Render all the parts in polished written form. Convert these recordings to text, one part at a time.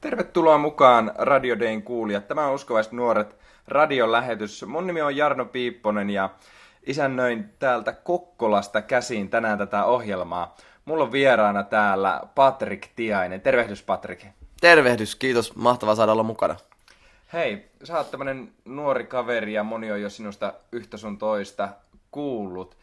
Tervetuloa mukaan Radio Dayn kuulijat. Tämä on Uskovaiset nuoret radion lähetys. Mun nimi on Jarno Piipponen ja isännöin täältä Kokkolasta käsin tänään tätä ohjelmaa. Mulla on vieraana täällä Patrik Tiainen. Tervehdys Patrik. Tervehdys, kiitos. Mahtavaa saada olla mukana. Hei, sä oot tämmönen nuori kaveri ja moni on jo sinusta yhtä sun toista kuullut.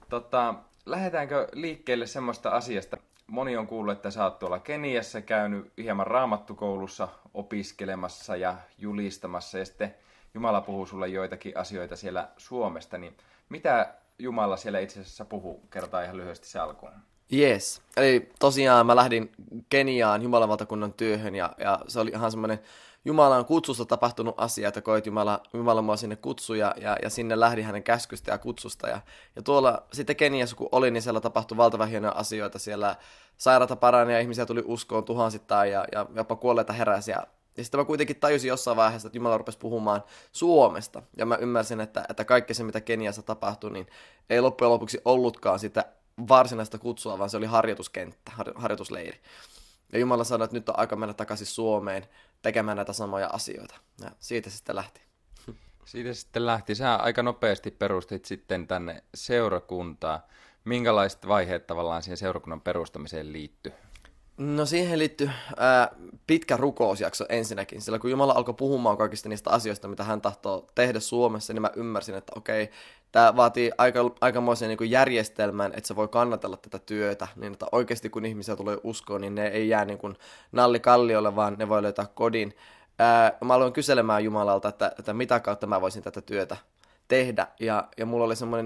Lähdetäänkö liikkeelle semmoista asiasta? Moni on kuullut, että sä oot tuolla Keniassa käynyt hieman raamattukoulussa opiskelemassa ja julistamassa. Ja sitten Jumala puhuu sulle joitakin asioita siellä Suomesta. Niin mitä Jumala siellä itse asiassa puhuu? Kerrotaan ihan lyhyesti se alkuun. Yes. Eli tosiaan mä lähdin Keniaan Jumalan valtakunnan työhön ja se oli ihan semmoinen Jumalan kutsusta tapahtunut asia, että koit Jumala mua sinne kutsuja ja sinne lähdin hänen käskystä ja kutsusta. Ja tuolla sitten Keniassa kun olin, niin siellä tapahtui valtavan hienoja asioita. Siellä sairaata parani ja ihmisiä tuli uskoon tuhansittain ja jopa kuolleita heräsi. Ja sitten mä kuitenkin tajusin jossain vaiheessa, että Jumala rupesi puhumaan Suomesta. Ja mä ymmärsin, että kaikki se, mitä Keniassa tapahtui, niin ei loppujen lopuksi ollutkaan sitä varsinaista kutsua, vaan se oli harjoituskenttä, harjoitusleiri. Ja Jumala sanoi, että nyt on aika mennä takaisin Suomeen tekemään näitä samoja asioita. Ja siitä se sitten lähti. Siitä sitten lähti. Sä aika nopeasti perustit sitten tänne seurakuntaa. Minkälaiset vaiheet tavallaan siihen seurakunnan perustamiseen liittyy? No siihen liittyy pitkä rukousjakso ensinnäkin. Sillä kun Jumala alkoi puhumaan kaikista niistä asioista, mitä hän tahtoo tehdä Suomessa, niin mä ymmärsin, että okei, tämä vaatii aikamoisen niin kuin järjestelmän, että se voi kannatella tätä työtä. Niin että oikeasti kun ihmisiä tulee uskoon, niin ne ei jää niin kuin nallikalliolle, vaan ne voi löytää kodin. Mä aloin kyselemään Jumalalta, että mitä kautta mä voisin tätä työtä tehdä. Ja mulla oli semmoinen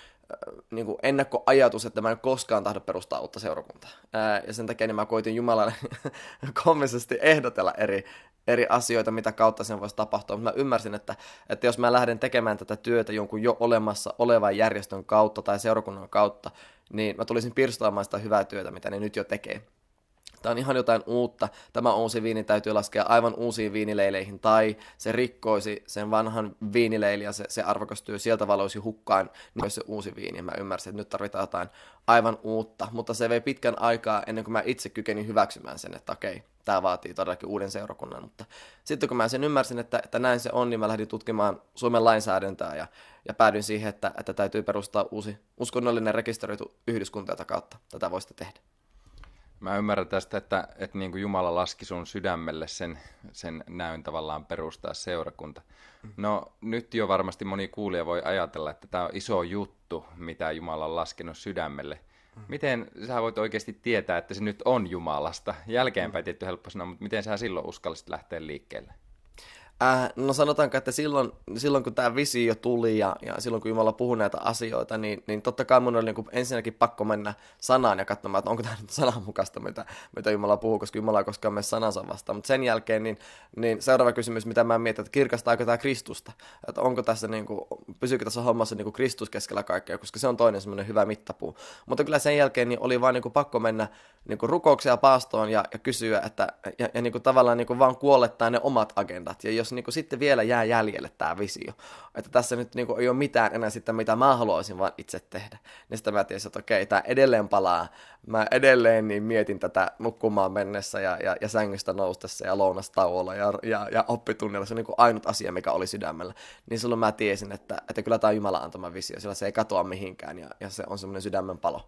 niin kuin ennakkoajatus, että mä en koskaan tahdo perustaa uutta seurakuntaa. Ja sen takia niin mä koitin Jumalalle kommisesti ehdotella eri asioita, mitä kautta sen voisi tapahtua. Mutta mä ymmärsin, että jos mä lähden tekemään tätä työtä jonkun jo olemassa olevan järjestön kautta tai seurakunnan kautta, niin mä tulisin pirstoamaan sitä hyvää työtä, mitä ne nyt jo tekee. Tämä on ihan jotain uutta. Tämä uusi viini täytyy laskea aivan uusiin viinileileihin, tai se rikkoisi sen vanhan viinileili ja se arvokas työ sieltä valoisi hukkaan, niin olisi se uusi viini. Mä ymmärsin, että nyt tarvitaan jotain aivan uutta, mutta se vei pitkän aikaa ennen kuin mä itse kykenin hyväksymään sen, että okei, tämä vaatii todellakin uuden seurakunnan. Mutta sitten kun mä sen ymmärsin, että näin se on, niin mä lähdin tutkimaan Suomen lainsäädäntöä ja päädyin siihen, että täytyy perustaa uusi uskonnollinen rekisteröity yhdyskunta, jota kautta tätä voisi tehdä. Mä ymmärrän tästä, että niin kuin Jumala laski sun sydämelle sen näyn tavallaan perustaa seurakunta. No nyt jo varmasti moni kuulija voi ajatella, että tämä on iso juttu, mitä Jumala on laskenut sydämelle. Miten sä voit oikeasti tietää, että se nyt on Jumalasta? Jälkeenpäin tietty helppo sanoa, mutta miten sä silloin uskallisit lähteä liikkeelle? No sanotaanko, että silloin kun tämä visio tuli ja silloin kun Jumala puhui näitä asioita, niin totta kai mun oli niin kuin ensinnäkin pakko mennä sanaan ja katsomaan, että onko tämä nyt sananmukaista, mitä Jumala puhuu, koska Jumala ei koskaan mene sanansa vastaan. Mutta sen jälkeen niin seuraava kysymys, mitä mä mietin, että kirkastaako tämä Kristusta? Että onko tässä, niin kuin, pysyykö tässä hommassa niin kuin Kristus keskellä kaikkea, koska se on toinen semmoinen hyvä mittapuu. Mutta kyllä sen jälkeen niin oli vaan niin kuin pakko mennä niin kuin rukouksia paastoon ja kysyä, ja niin kuin tavallaan niin kuin vaan kuollettaa ne omat agendat. Ja jos niin kuin sitten vielä jää jäljelle tämä visio, että tässä nyt niin kuin ei ole mitään enää sitten, mitä mä haluaisin vaan itse tehdä, niin sitten mä tiesin, että okei, tämä edelleen palaa. Mä edelleen niin mietin tätä nukkumaan mennessä ja sängystä noustessa ja lounastauolla ja oppitunnilla. Se on niin kuin ainut asia, mikä oli sydämellä. Niin silloin mä tiesin, että kyllä tämä on Jumalan antama visio, sillä se ei katoa mihinkään ja se on semmoinen sydämen palo.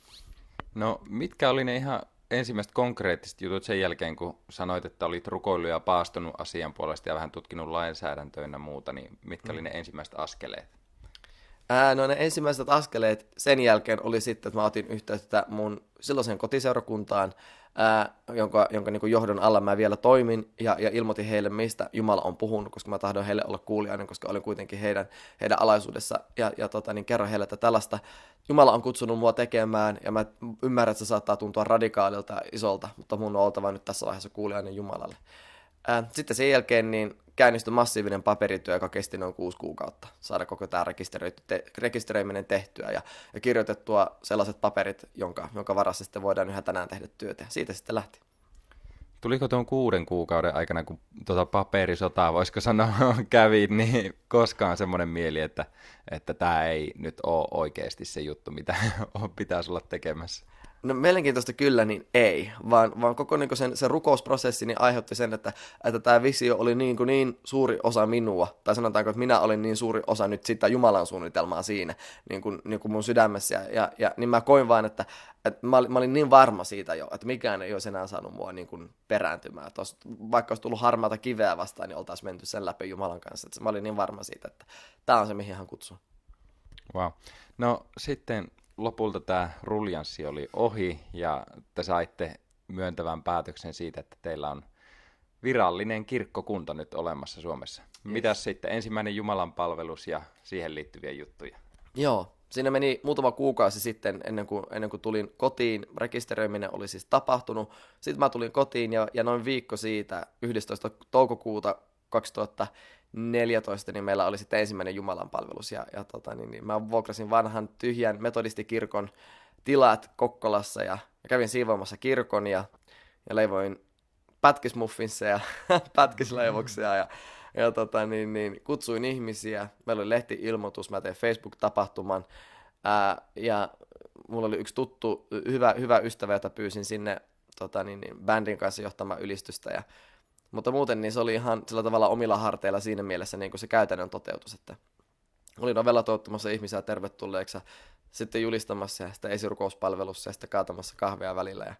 No mitkä oli ne ihan ensimmäiset konkreettiset jutut sen jälkeen, kun sanoit, että olit rukoillut ja paastonut asian puolesta ja vähän tutkinut lainsäädäntöä ja muuta, niin mitkä oli ne ensimmäiset askeleet? No ne ensimmäiset askeleet sen jälkeen oli sitten, että mä otin yhteyttä mun silloiseen kotiseurakuntaan, jonka niin kuin johdon alla mä vielä toimin ja ilmoitin heille, mistä Jumala on puhunut, koska mä tahdon heille olla kuulijainen, koska olin kuitenkin heidän alaisuudessa ja niin kerron heille, että tällaista Jumala on kutsunut mua tekemään ja mä ymmärrän, että se saattaa tuntua radikaalilta ja isolta, mutta mun on oltava nyt tässä vaiheessa kuulijainen Jumalalle. Sitten sen jälkeen niin käynnistyi massiivinen paperityö, joka kesti noin 6 kuukautta, saada koko tämä rekisteröiminen tehtyä ja kirjoitettua sellaiset paperit, jonka varassa sitten voidaan yhä tänään tehdä työtä. Siitä sitten lähti. Tuliko tuon 6 kuukauden aikana, kun paperisotaa, voisiko sanoa, kävi, niin koskaan semmoinen mieli, että tämä ei nyt ole oikeasti se juttu, mitä pitäisi olla tekemässä? No mielenkiintoista kyllä, niin ei, vaan koko niin se rukousprosessi niin aiheutti sen, että tämä visio oli niin suuri osa minua, tai sanotaanko, että minä olin niin suuri osa nyt sitä Jumalan suunnitelmaa siinä niin kuin mun sydämessä, ja niin mä koin vaan, että mä olin niin varma siitä jo, että mikään ei olisi enää saanut mua niin kuin perääntymään, että vaikka olisi tullut harmaata kiveä vastaan, niin oltaisiin menty sen läpi Jumalan kanssa, että mä olin niin varma siitä, että tämä on se, mihin hän kutsuu. Wow. No sitten lopulta tämä ruljanssi oli ohi ja te saitte myöntävän päätöksen siitä, että teillä on virallinen kirkkokunta nyt olemassa Suomessa. Mitäs sitten ensimmäinen Jumalan palvelus ja siihen liittyviä juttuja? Joo, siinä meni muutama kuukausi sitten ennen kuin tulin kotiin. Rekisteröiminen oli siis tapahtunut. Sitten mä tulin kotiin ja noin viikko siitä, 11. toukokuuta 2014, niin meillä oli sitten ensimmäinen Jumalan palvelus. Niin mä vuokrasin vanhan tyhjän metodistikirkon tilat Kokkolassa ja kävin siivoamassa kirkon ja leivoin pätkismuffinseja ja pätkisleivoksia ja kutsuin ihmisiä. Meillä oli lehti-ilmoitus, mä tein Facebook-tapahtuman ja mulla oli yksi tuttu, hyvä ystävä, jota pyysin sinne bändin kanssa johtamaan ylistystä. Mutta muuten niin se oli ihan sillä tavalla omilla harteilla siinä mielessä niin kuin se käytännön toteutus, että olin ovella toivottamassa ihmisiä tervetulleeksi ja sitten julistamassa ja sitten esirukouspalvelussa ja sitten kaatamassa kahvia välillä.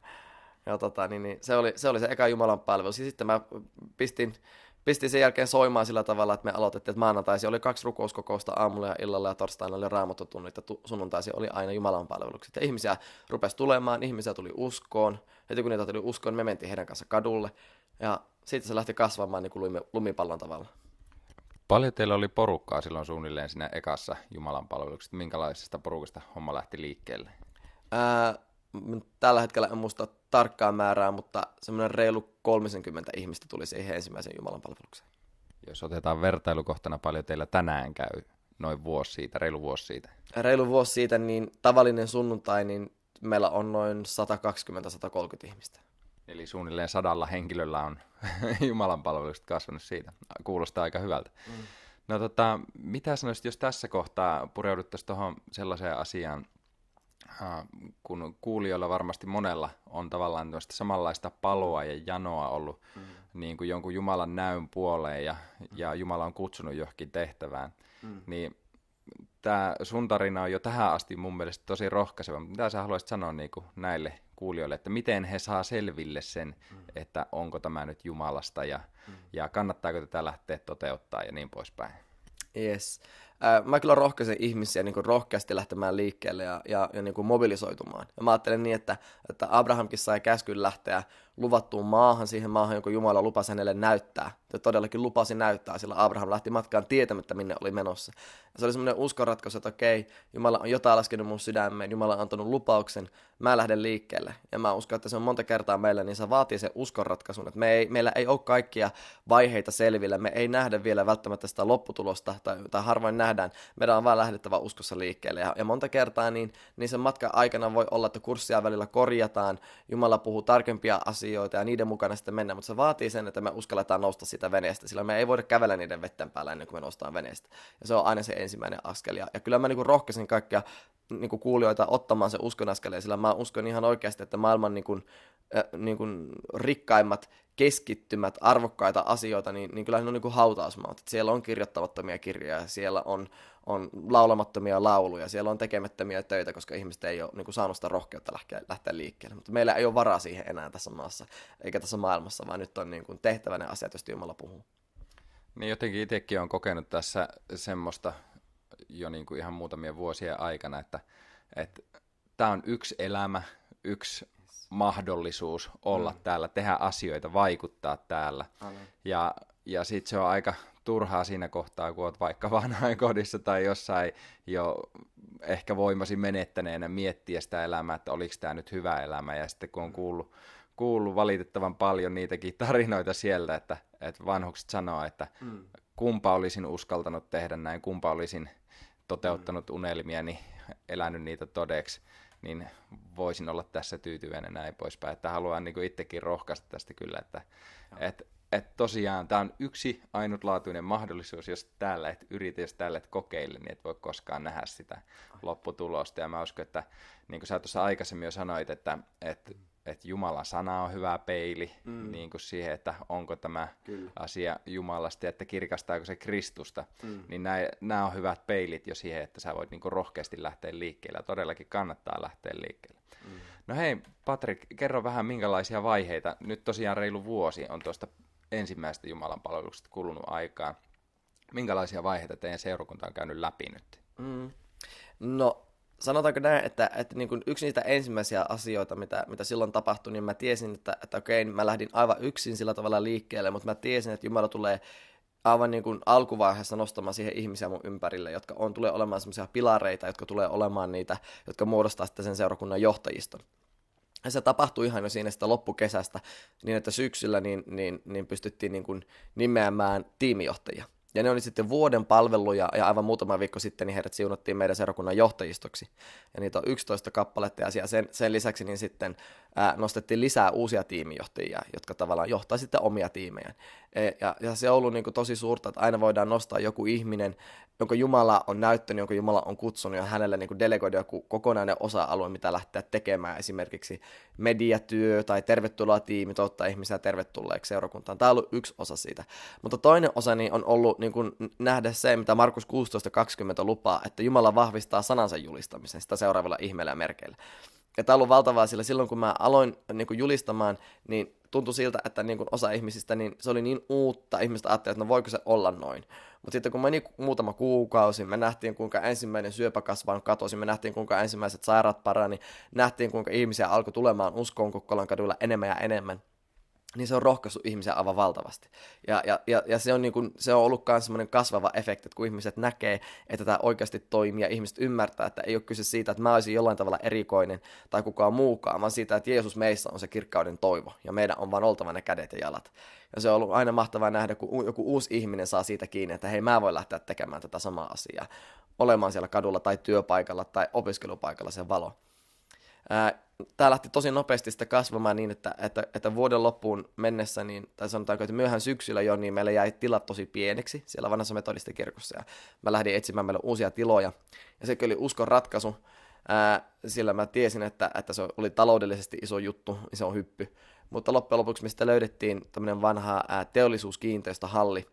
Se oli se eka Jumalan palvelus. Ja sitten mä pistin sen jälkeen soimaan sillä tavalla, että me aloitettiin, että maanantaisin oli 2 rukouskokousta aamulla ja illalla ja torstaina oli raamattotunnit ja sunnuntaisin oli aina Jumalan palvelukset. Ja ihmisiä rupesi tulemaan, ihmisiä tuli uskoon. Heti kun niitä tuli uskoon, me mentiin heidän kanssa kadulle ja siitä se lähti kasvamaan niin kuin lumipallon tavalla. Paljon teillä oli porukkaa silloin suunnilleen siinä ekassa Jumalan palveluksessa? Minkälaisesta porukasta homma lähti liikkeelle? Tällä hetkellä en muista tarkkaa määrää, mutta semmoinen reilu 30 ihmistä tuli siihen ensimmäiseen Jumalan palvelukseen. Jos otetaan vertailukohtana, paljon teillä tänään käy noin vuosi siitä, reilu vuosi siitä? Reilu vuosi siitä, niin tavallinen sunnuntai, niin meillä on noin 120-130 ihmistä. Eli suunnilleen 100 henkilöllä on Jumalan palvelukset kasvanut siitä. Kuulostaa aika hyvältä. No mitä sanoisit, jos tässä kohtaa pureuduttaisiin tuohon sellaiseen asiaan, kun kuulijoilla varmasti monella on tavallaan samanlaista paloa ja janoa ollut niin kuin jonkun Jumalan näyn puoleen ja Jumala on kutsunut johonkin tehtävään, niin tämä sun tarina on jo tähän asti mun mielestä tosi rohkaiseva. Mitä sä haluaisit sanoa niin kuin näille kuulijoille, että miten he saa selville sen, että onko tämä nyt Jumalasta ja kannattaako tätä lähteä toteuttaa ja niin poispäin? Yes. Mä kyllä rohkaisen ihmisiä niin kuin rohkeasti lähtemään liikkeelle ja niin kuin mobilisoitumaan. Ja mä ajattelen niin, että Abrahamkin sai käskyn lähteä luvattuun maahan, siihen maahan, jonka Jumala lupasi hänelle näyttää. Ja todellakin lupasi näyttää, sillä Abraham lähti matkaan tietämättä, minne oli menossa. Ja se oli semmoinen uskonratkaisu, että okei, Jumala on jotain laskenut mun sydämeen, Jumala on antanut lupauksen, mä lähden liikkeelle. Ja mä uskon, että se on monta kertaa meillä, niin se vaatii sen uskonratkaisun, että meillä ei ole kaikkia vaiheita selvillä, me ei nähdä vielä välttämättä sitä lopputulosta, tai harvoin nähdään, meidän on vaan lähdettävä uskossa liikkeelle. Ja monta kertaa niin sen matkan aikana voi olla, että kurssia välillä korjataan, Jumala puhuu tarkempia asioita ja niiden mukana sitten mennään, mutta se vaatii sen, että me uskalletaan nousta siitä veneestä, sillä me ei voida kävellä niiden vetten päällä ennen kuin me noustaan veneestä. Ja se on aina se ensimmäinen askel. Ja kyllä mä niin rohkaisin kaikkia niin kuulijoita ottamaan se uskon askeleen, sillä mä uskon ihan oikeasti, että maailman niin kuin rikkaimmat keskittymät, arvokkaita asioita, niin kyllä ne on niin kuin hautausmaat. Siellä on kirjoittamattomia kirjoja, siellä on laulamattomia lauluja, siellä on tekemättömiä töitä, koska ihmiset ei ole niin kuin saanut sitä rohkeutta lähteä liikkeelle. Mutta meillä ei ole varaa siihen enää tässä maassa, eikä tässä maailmassa, vaan nyt on niin kuin tehtävä ne asiat, joista Jumala puhuu. Niin jotenkin itsekin olen kokenut tässä semmoista jo niin kuin ihan muutamien vuosien aikana, että tämä on yksi elämä, yksi mahdollisuus olla täällä, tehdä asioita, vaikuttaa täällä. Ja sitten se on aika turhaa siinä kohtaa, kun olet vaikka vanhainkodissa tai jossain jo ehkä voimasi menettäneenä miettiä sitä elämää, että oliko tämä nyt hyvä elämä. Ja sitten kun on kuullut valitettavan paljon niitäkin tarinoita sieltä, että vanhukset sanoo, että kumpa olisin uskaltanut tehdä näin, kumpa olisin toteuttanut unelmiani, elänyt niitä todeksi, niin voisin olla tässä tyytyväinen näin poispäin. Että haluan niin kuin itsekin rohkaista tästä kyllä, että tosiaan tämä on yksi ainutlaatuinen mahdollisuus, jos täällä et yritä, jos täällä et kokeile, niin et voi koskaan nähdä sitä lopputulosta. Ja mä uskon, että niin kuin sä tuossa aikaisemmin jo sanoit, että Jumalan sana on hyvä peili niin kuin siihen, että onko tämä asia Jumalasta ja että kirkastaako se Kristusta, niin nämä on hyvät peilit jo siihen, että sä voit niin kuin rohkeasti lähteä liikkeelle ja todellakin kannattaa lähteä liikkeelle. No hei, Patrik, kerro vähän minkälaisia vaiheita, nyt tosiaan reilu vuosi on tuosta ensimmäisestä Jumalan palveluksesta kulunut aikaa. Minkälaisia vaiheita teidän seurakunta on käynyt läpi nyt? No, sanotaanko näin, että niin kuin yksi niitä ensimmäisiä asioita, mitä silloin tapahtui, niin mä tiesin, että okei, mä lähdin aivan yksin sillä tavalla liikkeelle, mutta mä tiesin, että Jumala tulee aivan niin kuin alkuvaiheessa nostamaan siihen ihmisiä mun ympärille, jotka tulee olemaan semmoisia pilareita, jotka tulee olemaan niitä, jotka muodostaa sitten sen seurakunnan johtajiston. Ja se tapahtui ihan jo siinä sitä loppukesästä, niin että syksyllä niin pystyttiin niin kuin nimeämään tiimijohtajia. Ja ne oli sitten vuoden palveluja, ja aivan muutama viikko sitten niin heidät siunattiin meidän seurakunnan johtajistoksi. Ja niitä on 11 kappaletta, ja sen lisäksi niin sitten nostettiin lisää uusia tiimijohtajia, jotka tavallaan johtaa sitten omia tiimejään. Ja se on ollut niin kuin tosi suurta, että aina voidaan nostaa joku ihminen, jonka Jumala on näyttänyt, jonka Jumala on kutsunut, ja hänelle niin kuin delegoida joku kokonainen osa-alue, mitä lähteä tekemään, esimerkiksi mediatyö tai tervetuloa tiimi, toivottaa ihmisiä tervetulleeksi seurakuntaan. Tämä on ollut yksi osa siitä. Mutta toinen osa niin on ollut niin kuin nähdä se, mitä Markus 16:20 lupaa, että Jumala vahvistaa sanansa julistamisen sitä seuraavilla ihmeillä ja merkeillä. Ja tämä on ollut valtavaa, sillä silloin kun mä aloin niin kuin julistamaan, niin tuntui siltä, että niin kuin osa ihmisistä, niin se oli niin uutta, ihmiset ajattelivat, että no voiko se olla noin. Mutta sitten kun meni muutama kuukausi, me nähtiin kuinka ensimmäinen syöpäkasvain katosi, me nähtiin kuinka ensimmäiset sairaat parani, nähtiin kuinka ihmisiä alkoi tulemaan uskoon Kokkolan kaduilla enemmän ja enemmän. Niin se on rohkaissut ihmisiä aivan valtavasti. Ja se on, niin kuin, se on ollut myös semmoinen kasvava efekti, että kun ihmiset näkee, että tämä oikeasti toimii ja ihmiset ymmärtää, että ei ole kyse siitä, että mä olisin jollain tavalla erikoinen tai kukaan muukaan, vaan siitä, että Jeesus meissä on se kirkkauden toivo ja meidän on vaan oltava ne kädet ja jalat. Ja se on ollut aina mahtavaa nähdä, kun joku uusi ihminen saa siitä kiinni, että hei, mä voin lähteä tekemään tätä samaa asiaa, olemaan siellä kadulla tai työpaikalla tai opiskelupaikalla se valo. Tämä lähti tosi nopeasti sitä kasvamaan niin, että vuoden loppuun mennessä, niin, tai sanotaanko, että myöhään syksyllä jo, niin meillä jäi tilat tosi pieneksi siellä vanhassa metodistikirkossa. Ja mä lähdin etsimään meille uusia tiloja. Ja se oli uskon ratkaisu, sillä mä tiesin, että se oli taloudellisesti iso juttu, iso hyppy. Mutta loppujen lopuksi me sitten löydettiin tämmöinen vanha teollisuuskiinteistöhalli,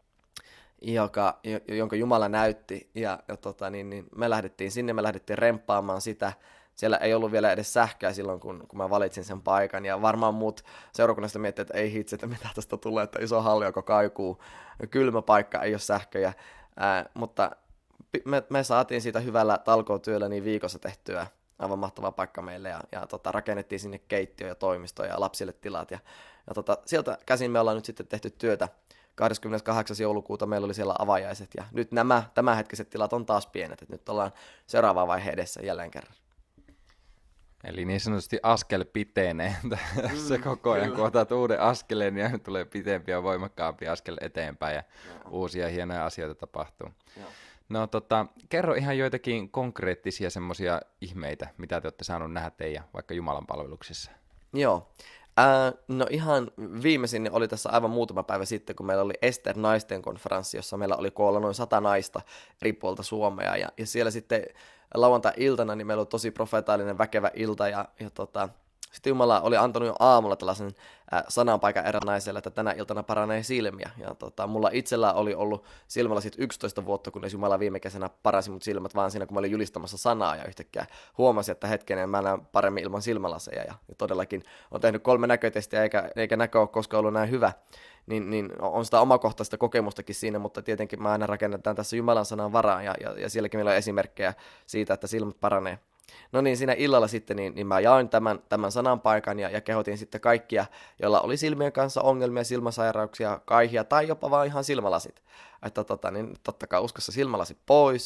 jonka Jumala näytti. Ja me lähdettiin sinne, me lähdettiin remppaamaan sitä. Siellä ei ollut vielä edes sähköä silloin, kun mä valitsin sen paikan. Ja varmaan muut seurakunnasta miettivät, että ei hitsi, että mitä tästä tulee, että iso halli, joka kaikuu. Kylmä paikka, ei ole sähköjä. Mutta me saatiin siitä hyvällä talkootyöllä niin viikossa tehtyä aivan mahtava paikka meille. Ja rakennettiin sinne keittiö ja toimisto ja lapsille tilat. Ja sieltä käsin me ollaan nyt sitten tehty työtä. 28. joulukuuta meillä oli siellä avajaiset. Ja nyt nämä tämänhetkiset tilat on taas pienet. Että nyt ollaan seuraava vaihe edessä jälleen kerran. Eli niin sanotusti askel pitenee se koko ajan, kun otat uuden askeleen, niin tulee pitempi ja voimakkaampi askel eteenpäin ja uusia hienoja asioita tapahtuu. No kerro ihan joitakin konkreettisia semmoisia ihmeitä, mitä te olette saaneet nähdä teidän vaikka Jumalan palveluksissa. Joo. No ihan viimeisin oli tässä aivan muutama päivä sitten, kun meillä oli Ester naisten konferanssi, jossa meillä oli koolla noin 100 naista eri puolta Suomea. Ja siellä sitten lauantai-iltana niin meillä oli tosi profeetallinen väkevä ilta ja sitten Jumala oli antanut jo aamulla tällaisen sananpaikan erään naiselle, että tänä iltana paranee silmiä. Ja mulla itsellä oli ollut silmälasit 11 vuotta, kunnes Jumala viime kesänä paransi mut silmät vaan siinä, kun mä olin julistamassa sanaa. Ja yhtäkkiä huomasin, että hetkenen mä näen paremmin ilman silmälaseja. Ja todellakin on tehnyt 3 näkötestiä, eikä näkö ole koskaan ollut näin hyvä. Niin on sitä omakohtaista kokemustakin siinä, mutta tietenkin mä aina rakennetaan tässä Jumalan sanan varaan. Ja sielläkin meillä on esimerkkejä siitä, että silmät paranee. No niin, siinä illalla sitten niin mä jaoin tämän sananpaikan ja kehotin sitten kaikkia, joilla oli silmien kanssa ongelmia, silmäsairauksia, kaihia tai jopa vaan ihan silmälasit. Että niin totta kai uskossa silmälasit pois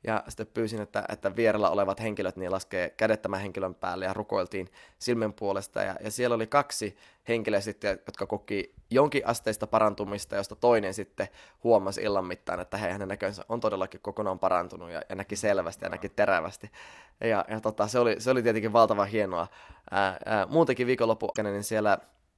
Ja sitten pyysin, että vierellä olevat henkilöt niin laskee kädet tämän henkilön päälle ja rukoiltiin silmän puolesta. Ja siellä oli 2 henkilöä sitten, jotka koki jonkin asteista parantumista, josta toinen sitten huomasi illan mittaan, että hei, hänen näkönsä on todellakin kokonaan parantunut ja näki selvästi ja näki terävästi. Ja se oli tietenkin valtavan hienoa. Muutenkin viikonloppuun niin siellä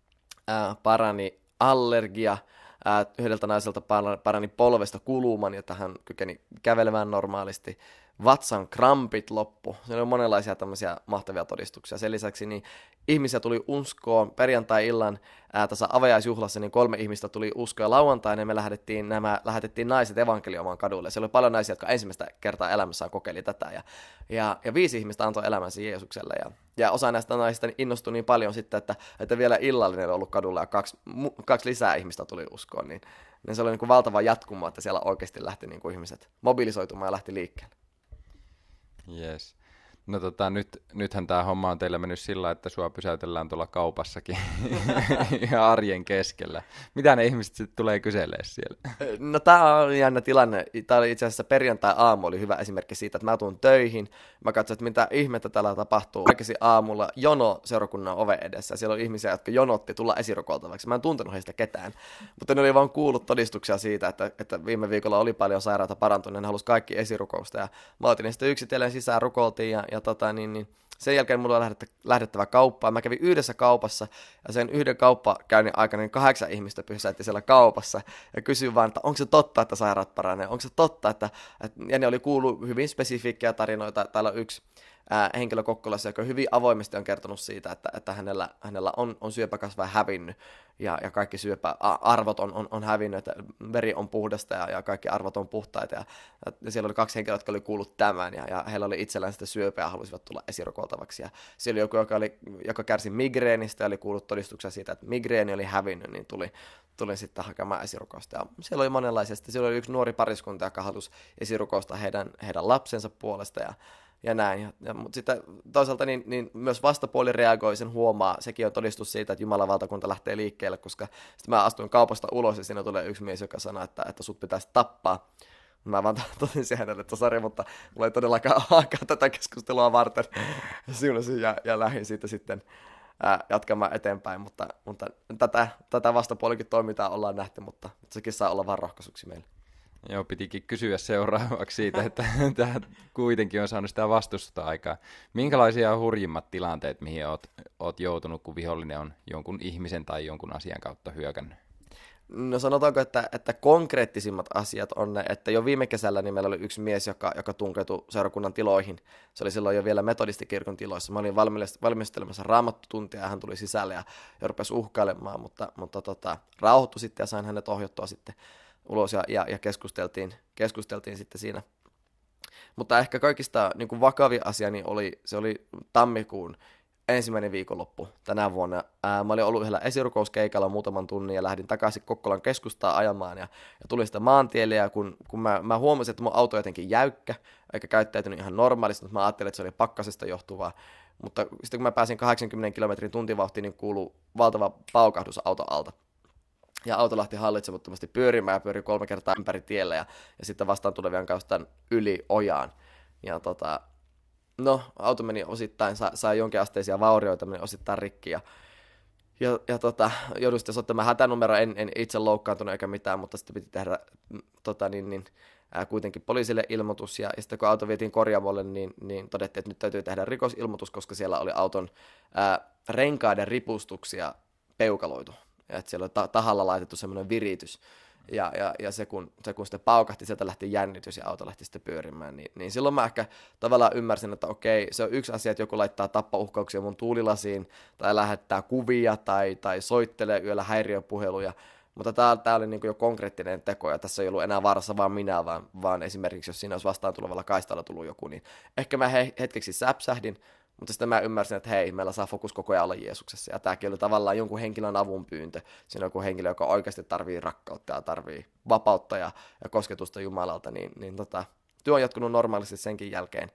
parani allergia. Yhdeltä naiselta parani polvesta kuluman, jotta hän kykeni kävelemään normaalisti. Vatsan krampit loppu. Se oli monenlaisia tämmöisiä mahtavia todistuksia. Sen lisäksi niin ihmisiä tuli uskoon. Perjantai-illan tässä avajaisjuhlassa niin 3 ihmistä tuli uskoon. Ja lauantaina me lähetettiin naiset evankelioimaan kadulle. Siellä oli paljon naisia, jotka ensimmäistä kertaa elämässään kokeili tätä. Ja 5 ihmistä antoi elämänsä Jeesukselle. Ja osa näistä naisista innostui niin paljon sitten, että vielä illallinen on ollut kadulla ja 2 lisää ihmistä tuli uskoon. Niin se oli niin kuin valtava jatkumo, että siellä oikeasti lähti niin kuin ihmiset mobilisoitumaan ja lähti liikkeelle. Yes. No nythän tämä homma on teillä mennyt sillä, että sua pysäytellään tuolla kaupassakin ja arjen keskellä. Mitä ne ihmiset sitten tulee kyselemään siellä? No tämä on jännä tilanne. Tämä oli itse asiassa perjantai-aamu oli hyvä esimerkki siitä, että mä tuun töihin. Mä katsoin, että mitä ihmettä täällä tapahtuu. Aikaisin aamulla jono seurakunnan oven edessä. Siellä oli ihmisiä, jotka jonotti tulla esirukoiltavaksi. Mä en tuntenut heistä ketään. Mutta ne oli vaan kuullut todistuksia siitä, että viime viikolla oli paljon sairaata parantunut. Ne halusi kaikki esirukousta. Ja mä otin sitten yksitellen sisään, rukoiltiin ja sen jälkeen mulla on lähdettävä kauppaan. Mä kävin yhdessä kaupassa ja sen yhden kauppakäynnin aikana niin 8 ihmistä pysäytti siellä kaupassa ja kysyin vaan, että onko se totta, että sairaat paranee? Onko se totta, ja ne oli kuullut hyvin spesifiikkejä tarinoita. Täällä on yksi henkilö Kokkolassa, joka hyvin avoimesti on kertonut siitä, että hänellä on syöpäkasvain hävinnyt ja kaikki syöpäarvot on hävinnyt, että veri on puhdasta ja kaikki arvot on puhtaita. Ja siellä oli 2 henkilöä, jotka oli kuullut tämän ja heillä oli itsellään sitä syöpää ja halusivat tulla esirukoiltavaksi. Ja siellä oli joku, joka kärsi migreenistä ja oli kuullut todistuksia siitä, että migreeni oli hävinnyt, niin tulin sitten hakemaan esirukousta. Ja siellä oli monenlaisia. Sitten siellä oli yksi nuori pariskunta, joka halusi esirukousta heidän lapsensa puolesta ja näin. Mutta sitten toisaalta niin myös vastapuoli reagoi, sen huomaa. Sekin on todistus siitä, että Jumalan valtakunta lähtee liikkeelle, koska sitten mä astuin kaupasta ulos ja siinä tulee yksi mies, joka sanoi, että sut pitäisi tappaa. Mä vaan totesin hänelle, että sari, mutta mulla ei todellakaan aikaa tätä keskustelua varten. Siunasin ja lähdin siitä sitten jatkamaan eteenpäin, mutta tätä vastapuolikin toimintaa ollaan nähty, mutta sekin saa olla vaan rohkaisuksi meille. Joo, pitikin kysyä seuraavaksi siitä, että tämä kuitenkin on saanut sitä vastustusta aikaa. Minkälaisia hurjimmat tilanteet, mihin oot joutunut, kun vihollinen on jonkun ihmisen tai jonkun asian kautta hyökännyt? No sanotaanko, että konkreettisimmat asiat on ne, että jo viime kesällä niin meillä oli yksi mies, joka tunkeutui seurakunnan tiloihin. Se oli silloin jo vielä metodistikirkon tiloissa. Mä olin valmistelemassa raamattutuntia ja hän tuli sisälle ja rupesi uhkailemaan, mutta rauhoittui sitten ja sain hänet ohjattua sitten ulos ja keskusteltiin sitten siinä. Mutta ehkä kaikista niin kuin vakavin asia niin se oli tammikuun 1. viikonloppu tänä vuonna. Mä olin ollut yhdellä esirukouskeikalla muutaman tunnin ja lähdin takaisin Kokkolan keskustaan ajamaan ja tulin sitä maantielle ja kun mä huomasin, että mun auto on jotenkin jäykkä eikä käyttäytynyt ihan normaalisti, mutta mä ajattelin, että se oli pakkasesta johtuvaa. Mutta sitten kun mä pääsin 80 kilometrin tuntivauhtiin, niin kuului valtava paukahdus auton alta. Ja auto lähti hallitsemattomasti pyörimään ja pyöri 3 kertaa ympäri tiellä ja sitten vastaan tulevien kanssa yli ojaan. Ja auto meni osittain, sai jonkinasteisia vaurioita, meni osittain rikki ja joudun sitten soittamaan hätänumero, en itse loukkaantunut eikä mitään, mutta sitten piti tehdä kuitenkin poliisille ilmoitus ja sitten kun auto vietiin korjaamolle, niin todettiin, että nyt täytyy tehdä rikosilmoitus, koska siellä oli auton renkaiden ripustuksia peukaloitu. Ja että siellä oli tahalla laitettu semmoinen viritys. Ja se kun sitten paukahti, sieltä lähti jännitys ja auto lähti sitten pyörimään. Niin silloin mä ehkä tavallaan ymmärsin, että okei, se on yksi asia, että joku laittaa tappouhkauksia mun tuulilasiin, tai lähettää kuvia, tai soittelee yöllä häiriöpuheluja. Mutta tää oli niinku jo konkreettinen teko, ja tässä ei ollut enää vaarassa vaan minä, vaan esimerkiksi jos siinä olisi vastaan tulevalla kaistalla tullut joku, niin ehkä mä hetkeksi säpsähdin, mutta sitten mä ymmärsin, että hei, meillä saa fokus koko ajan olla Jeesuksessa. Ja tämäkin oli tavallaan jonkun henkilön avunpyyntö. Siinä on joku henkilö, joka oikeasti tarvii rakkautta ja tarvii vapautta ja kosketusta Jumalalta. Työ on jatkunut normaalisti senkin jälkeen.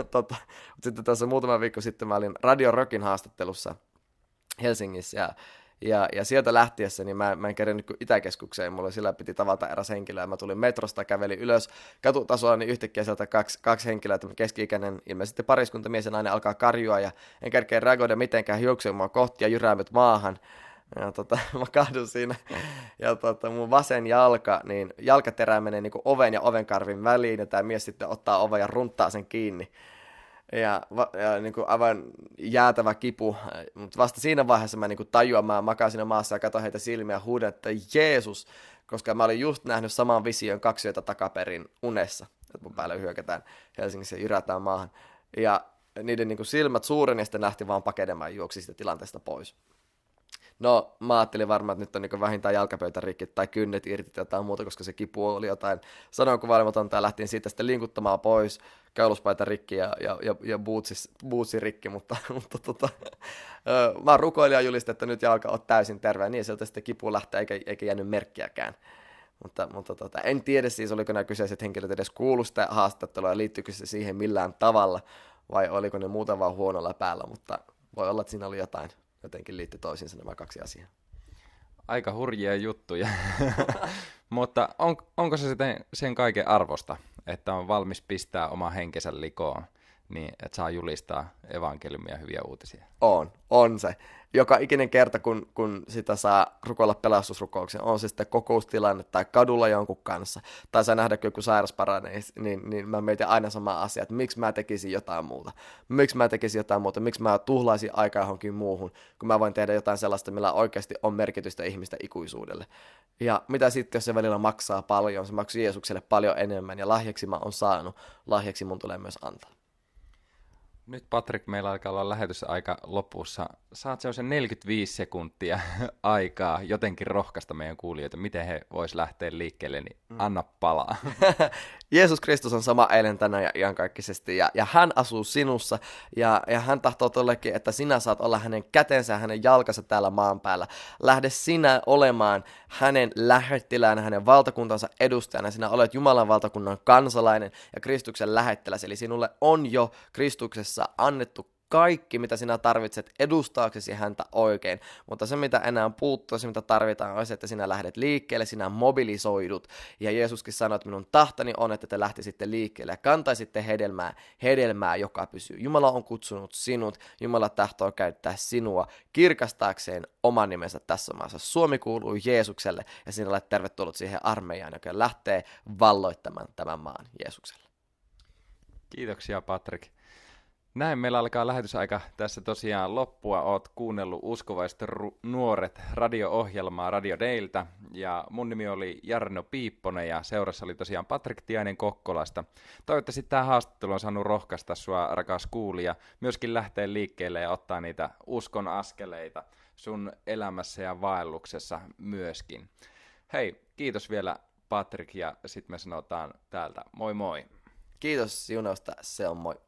Sitten tässä muutama viikko sitten mä olin Radio Rockin haastattelussa Helsingissä. Ja sieltä lähtiessä niin mä en kerennyt Itäkeskukseen, mulla sillä piti tavata eräs henkilö, ja mä tulin metrosta, kävelin ylös katutasoa, niin yhtäkkiä sieltä kaksi henkilöä, tämä keski-ikäinen, ilmeisesti pariskunta, mies ja nainen alkaa karjua, ja en kerkeä reagoida mitenkään, hiukseen mua kohti ja jyräämät maahan. Ja mä kahdun siinä, ja mun vasen jalka, niin jalkaterä menee niin kuin oven ja ovenkarvin väliin, ja tämä mies sitten ottaa oven ja runttaa sen kiinni. Ja niin kuin aivan jäätävä kipu, mutta vasta siinä vaiheessa mä niin kuin tajuan, mä makaan siinä maassa ja katsoin heitä silmiä ja huudan, että Jeesus, koska mä olin just nähnyt saman vision 2 yötä takaperin unessa, että mun päälle hyökätään Helsingissä ja jyrätään maahan. Ja niiden niin kuin silmät suuren ja sitten nähtiin vaan pakenemaan ja juoksi siitä tilanteesta pois. No, mä ajattelin varmaan, että nyt on niin vähintään jalkapöytä rikki tai kynnet irti tai jotain muuta, koska se kipu oli jotain sanoinkuvailematonta ja lähtiin siitä sitten linkuttamaan pois, kauluspaita rikki ja bootsi rikki, mutta mä rukoilin ja julistin, että nyt jalka on täysin terve ja niin sieltä sitten kipu lähtee eikä jäänyt merkkiäkään. Mutta en tiedä siis, oliko nämä kyseiset henkilöt edes kuullut sitä haastattelua ja liittyykö se siihen millään tavalla vai oliko ne muuten vaan huonolla päällä, mutta voi olla, että siinä oli jotenkin liittyy toisiinsa nämä kaksi asiaa. Aika hurjia juttuja, mutta onko se sitten sen kaiken arvosta, että on valmis pistää oma henkensä likoon, niin että saa julistaa evankeliumia hyviä uutisia? On se. Joka ikinen kerta, kun sitä saa rukoilla pelastusrukouksen, on se sitten kokoustilanne tai kadulla jonkun kanssa, tai saa nähdä joku sairas paranee, niin mä mietin aina samaa asiaa, että miksi mä tekisin jotain muuta. Miksi mä tuhlaisin aikaa johonkin muuhun, kun mä voin tehdä jotain sellaista, millä oikeasti on merkitystä ihmistä ikuisuudelle. Ja mitä sitten, jos se välillä maksaa paljon, se maksaa Jeesukselle paljon enemmän, ja lahjaksi mä oon saanut, lahjaksi mun tulee myös antaa. Nyt Patrik, meillä alkaa olla lähetysaika lopussa. Saat sen 45 sekuntia aikaa jotenkin rohkaista meidän kuulijoita, miten he vois lähteä liikkeelle, niin anna palaa. Jeesus Kristus on sama eilen, tänään ja iankaikkisesti, ja hän asuu sinussa, ja hän tahtoo tollekin, että sinä saat olla hänen kätensä ja hänen jalkansa täällä maan päällä. Lähde sinä olemaan hänen lähettiläänä, hänen valtakuntansa edustajana. Sinä olet Jumalan valtakunnan kansalainen ja Kristuksen lähettiläs, eli sinulle on jo Kristuksessa annettu kaikki, mitä sinä tarvitset edustaaksesi häntä oikein, mutta se, mitä enää puuttuu, se, mitä tarvitaan, on se, että sinä lähdet liikkeelle, sinä mobilisoidut, ja Jeesuskin sanoi, että minun tahtoni on, että te lähtisitte liikkeelle ja kantaisitte hedelmää, joka pysyy. Jumala on kutsunut sinut, Jumala tahtoo käyttää sinua kirkastaakseen oman nimensä tässä maassa. Suomi kuuluu Jeesukselle, ja sinä olet tervetullut siihen armeijaan, joka lähtee valloittamaan tämän maan Jeesukselle. Kiitoksia, Patrik. Näin meillä alkaa lähetysaika tässä tosiaan loppua. Oot kuunnellut Uskovaiset nuoret radio-ohjelmaa Radio Dayltä. Ja mun nimi oli Jarno Piipponen ja seurassa oli tosiaan Patrik Tiainen Kokkolasta. Toivottavasti tämä haastattelu on saanut rohkaista sua, rakas kuulija, myöskin lähteä liikkeelle ja ottaa niitä uskon askeleita sun elämässä ja vaelluksessa myöskin. Hei, kiitos vielä Patrik ja sitten me sanotaan täältä moi moi. Kiitos siunausta, se on moi.